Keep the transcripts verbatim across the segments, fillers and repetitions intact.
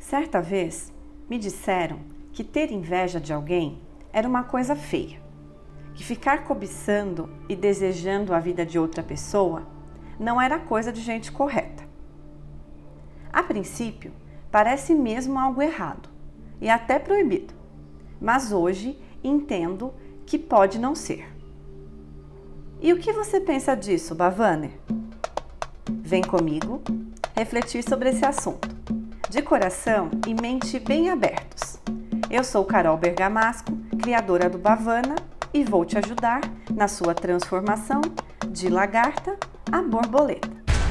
Certa vez, me disseram que ter inveja de alguém era uma coisa feia, que ficar cobiçando e desejando a vida de outra pessoa não era coisa de gente correta. A princípio, parece mesmo algo errado e até proibido, mas hoje entendo que pode não ser. E o que você pensa disso, Bavaner? Vem comigo refletir sobre esse assunto, de coração e mente bem abertos. Eu sou Carol Bergamasco, criadora do Bavana, e vou te ajudar na sua transformação de lagarta a borboleta.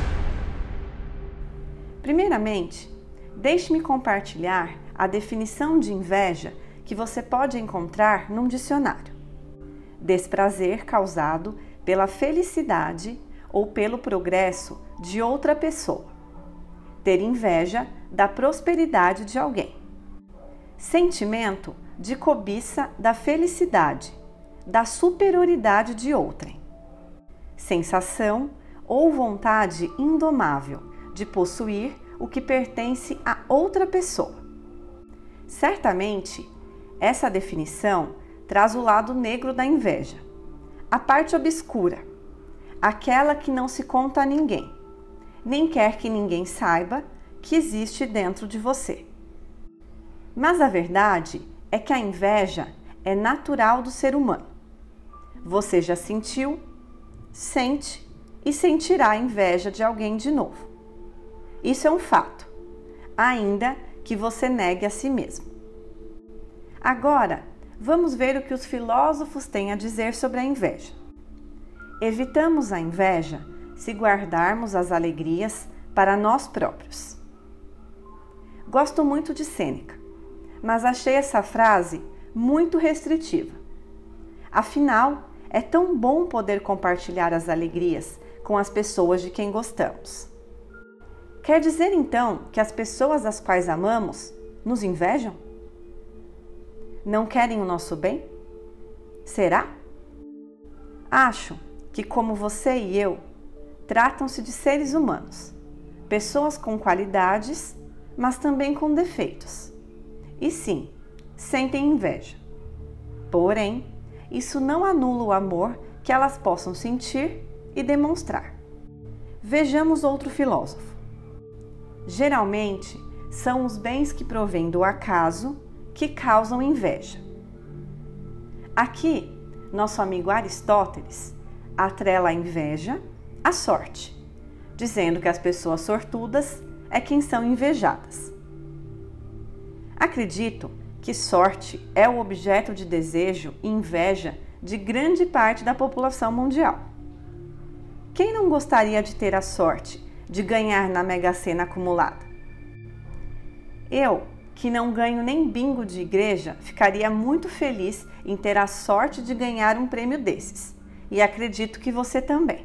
Primeiramente, deixe-me compartilhar a definição de inveja que você pode encontrar num dicionário. Desprazer causado pela felicidade ou pelo progresso de outra pessoa. Ter inveja da prosperidade de alguém. Sentimento de cobiça da felicidade, da superioridade de outrem. Sensação ou vontade indomável de possuir o que pertence a outra pessoa. Certamente, essa definição traz o lado negro da inveja, a parte obscura, aquela que não se conta a ninguém, nem quer que ninguém saiba que existe dentro de você. Mas a verdade é que a inveja é natural do ser humano. Você já sentiu, sente e sentirá a inveja de alguém de novo. Isso é um fato, ainda que você negue a si mesmo. Agora, vamos ver o que os filósofos têm a dizer sobre a inveja. Evitamos a inveja se guardarmos as alegrias para nós próprios. Gosto muito de Sêneca, mas achei essa frase muito restritiva. Afinal, é tão bom poder compartilhar as alegrias com as pessoas de quem gostamos. Quer dizer então que as pessoas às quais amamos nos invejam? Não querem o nosso bem? Será? Acho que, como você e eu, tratam-se de seres humanos, pessoas com qualidades, mas também com defeitos. E sim, sentem inveja. Porém, isso não anula o amor que elas possam sentir e demonstrar. Vejamos outro filósofo. Geralmente, são os bens que provêm do acaso que causam inveja. Aqui, nosso amigo Aristóteles atrela a inveja à sorte, dizendo que as pessoas sortudas é quem são invejadas. Acredito que sorte é o objeto de desejo e inveja de grande parte da população mundial. Quem não gostaria de ter a sorte de ganhar na Mega Sena acumulada? Eu, que não ganho nem bingo de igreja, ficaria muito feliz em ter a sorte de ganhar um prêmio desses. E acredito que você também.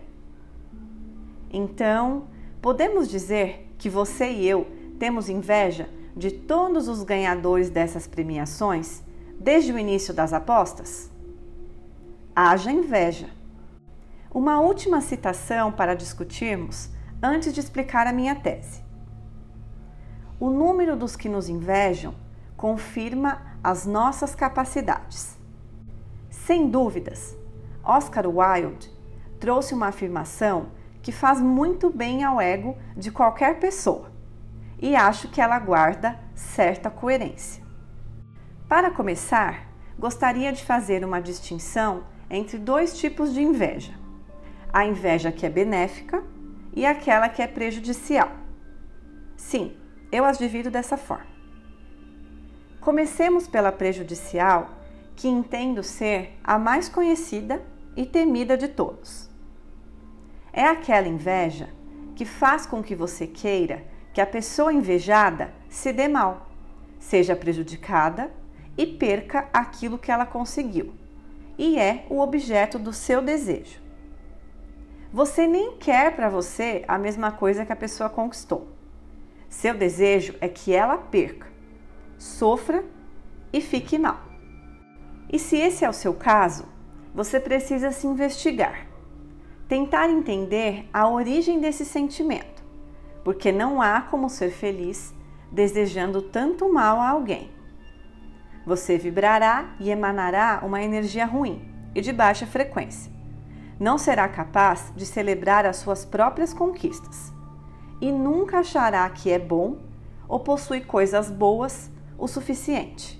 Então, podemos dizer que você e eu temos inveja de todos os ganhadores dessas premiações desde o início das apostas? Haja inveja! Uma última citação para discutirmos antes de explicar a minha tese. O número dos que nos invejam confirma as nossas capacidades. Sem dúvidas, Oscar Wilde trouxe uma afirmação que faz muito bem ao ego de qualquer pessoa, e acho que ela guarda certa coerência. Para começar, gostaria de fazer uma distinção entre dois tipos de inveja: a inveja que é benéfica e aquela que é prejudicial. Sim, eu as divido dessa forma. Comecemos pela prejudicial, que entendo ser a mais conhecida e temida de todos. É aquela inveja que faz com que você queira que a pessoa invejada se dê mal, seja prejudicada e perca aquilo que ela conseguiu, e é o objeto do seu desejo. Você nem quer para você a mesma coisa que a pessoa conquistou. Seu desejo é que ela perca, sofra e fique mal. E se esse é o seu caso, você precisa se investigar, tentar entender a origem desse sentimento, porque não há como ser feliz desejando tanto mal a alguém. Você vibrará e emanará uma energia ruim e de baixa frequência. Não será capaz de celebrar as suas próprias conquistas e nunca achará que é bom ou possui coisas boas o suficiente.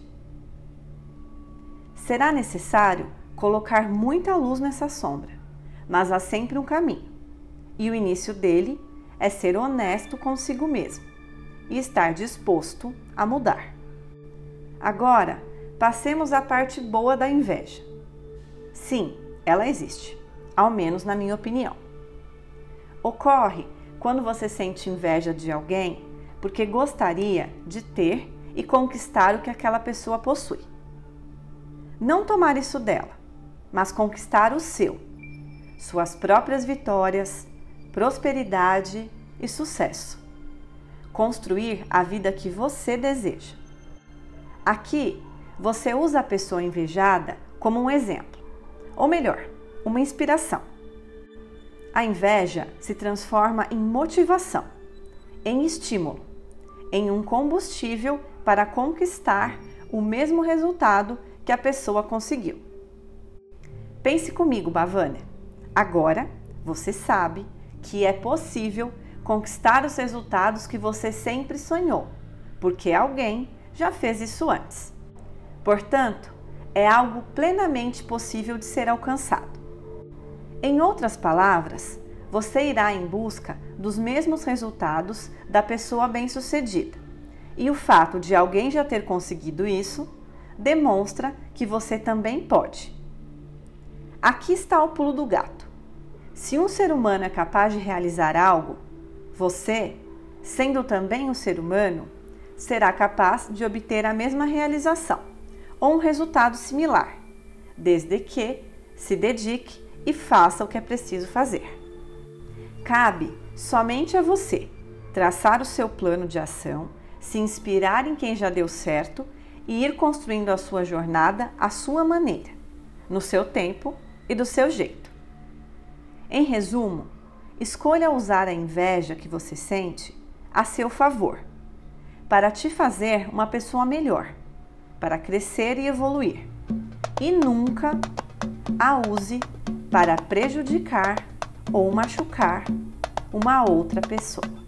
Será necessário colocar muita luz nessa sombra, mas há sempre um caminho, e o início dele é ser honesto consigo mesmo e estar disposto a mudar. Agora, passemos à parte boa da inveja. Sim, ela existe, ao menos na minha opinião. Ocorre quando você sente inveja de alguém porque gostaria de ter e conquistar o que aquela pessoa possui. Não tomar isso dela, mas conquistar o seu, suas próprias vitórias, prosperidade e sucesso. Construir a vida que você deseja. Aqui, você usa a pessoa invejada como um exemplo, ou melhor, uma inspiração. A inveja se transforma em motivação, em estímulo, em um combustível para conquistar o mesmo resultado que a pessoa conseguiu. Pense comigo, Bhavânia. Agora você sabe que é possível conquistar os resultados que você sempre sonhou, porque alguém já fez isso antes. Portanto, é algo plenamente possível de ser alcançado. Em outras palavras, você irá em busca dos mesmos resultados da pessoa bem-sucedida. E o fato de alguém já ter conseguido isso demonstra que você também pode. Aqui está o pulo do gato. Se um ser humano é capaz de realizar algo, você, sendo também um ser humano, será capaz de obter a mesma realização ou um resultado similar, desde que se dedique e faça o que é preciso fazer. Cabe somente a você traçar o seu plano de ação, se inspirar em quem já deu certo e ir construindo a sua jornada à sua maneira, no seu tempo e do seu jeito. Em resumo, escolha usar a inveja que você sente a seu favor, para te fazer uma pessoa melhor, para crescer e evoluir. E nunca a use para prejudicar ou machucar uma outra pessoa.